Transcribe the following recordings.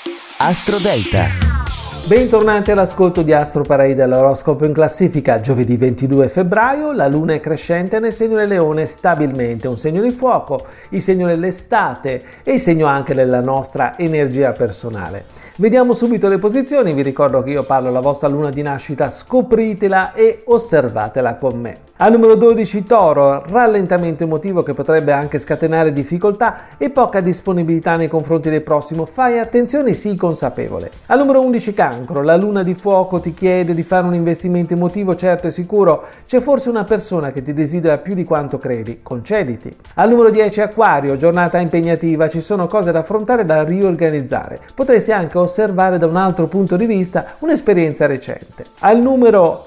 Astro Data. Bentornati all'ascolto di Astro Parade, l'oroscopo in classifica. Giovedì 22 febbraio, la luna è crescente nel segno del Leone stabilmente, un segno di fuoco, il segno dell'estate e il segno anche della nostra energia personale. Vediamo subito le posizioni, vi ricordo che io parlo alla vostra luna di nascita, scopritela e osservatela con me. Al numero 12 Toro, rallentamento emotivo che potrebbe anche scatenare difficoltà e poca disponibilità nei confronti del prossimo, fai attenzione, sii consapevole. Al numero 11 Cancro, la luna di fuoco ti chiede di fare un investimento emotivo certo e sicuro, c'è forse una persona che ti desidera più di quanto credi, concediti. Al numero 10 Acquario, giornata impegnativa, ci sono cose da affrontare e da riorganizzare, potresti anche osservare da un altro punto di vista un'esperienza recente. Al numero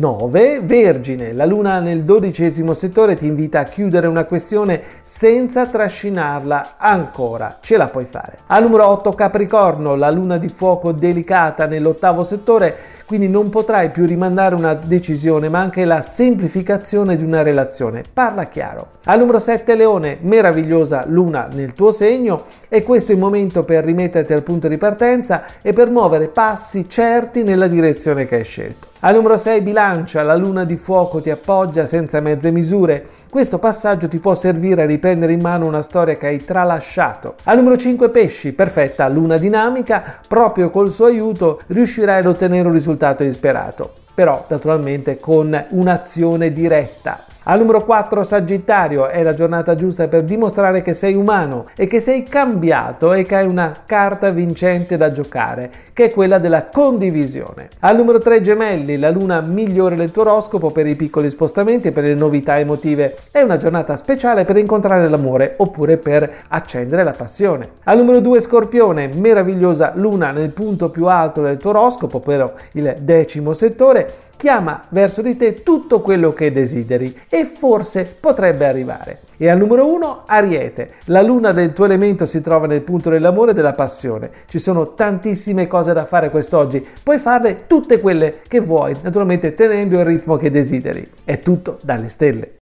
9 Vergine, la luna nel 12° settore ti invita a chiudere una questione senza trascinarla ancora, ce la puoi fare. Al numero 8 Capricorno, la luna di fuoco delicata nell'8° settore, quindi non potrai più rimandare una decisione ma anche la semplificazione di una relazione, parla chiaro. Al numero 7 Leone, meravigliosa luna nel tuo segno e questo è il momento per rimetterti al punto di partenza e per muovere passi certi nella direzione che hai scelto. Al numero 6 Bilancia, la luna di fuoco ti appoggia senza mezze misure, questo passaggio ti può servire a riprendere in mano una storia che hai tralasciato. Al numero 5 Pesci, perfetta luna dinamica, proprio col suo aiuto riuscirai ad ottenere un risultato insperato, però naturalmente con un'azione diretta. Al numero 4 Sagittario, è la giornata giusta per dimostrare che sei umano e che sei cambiato e che hai una carta vincente da giocare, che è quella della condivisione. Al numero 3 Gemelli, la luna migliore del tuo oroscopo per i piccoli spostamenti e per le novità emotive. È una giornata speciale per incontrare l'amore oppure per accendere la passione. Al numero 2 Scorpione, meravigliosa luna nel punto più alto del tuo oroscopo, ovvero il 10° settore, chiama verso di te tutto quello che desideri e forse potrebbe arrivare. E al numero 1 Ariete, la luna del tuo elemento si trova nel punto dell'amore e della passione. Ci sono tantissime cose da fare quest'oggi, puoi farle tutte quelle che vuoi, naturalmente tenendo il ritmo che desideri. È tutto dalle stelle.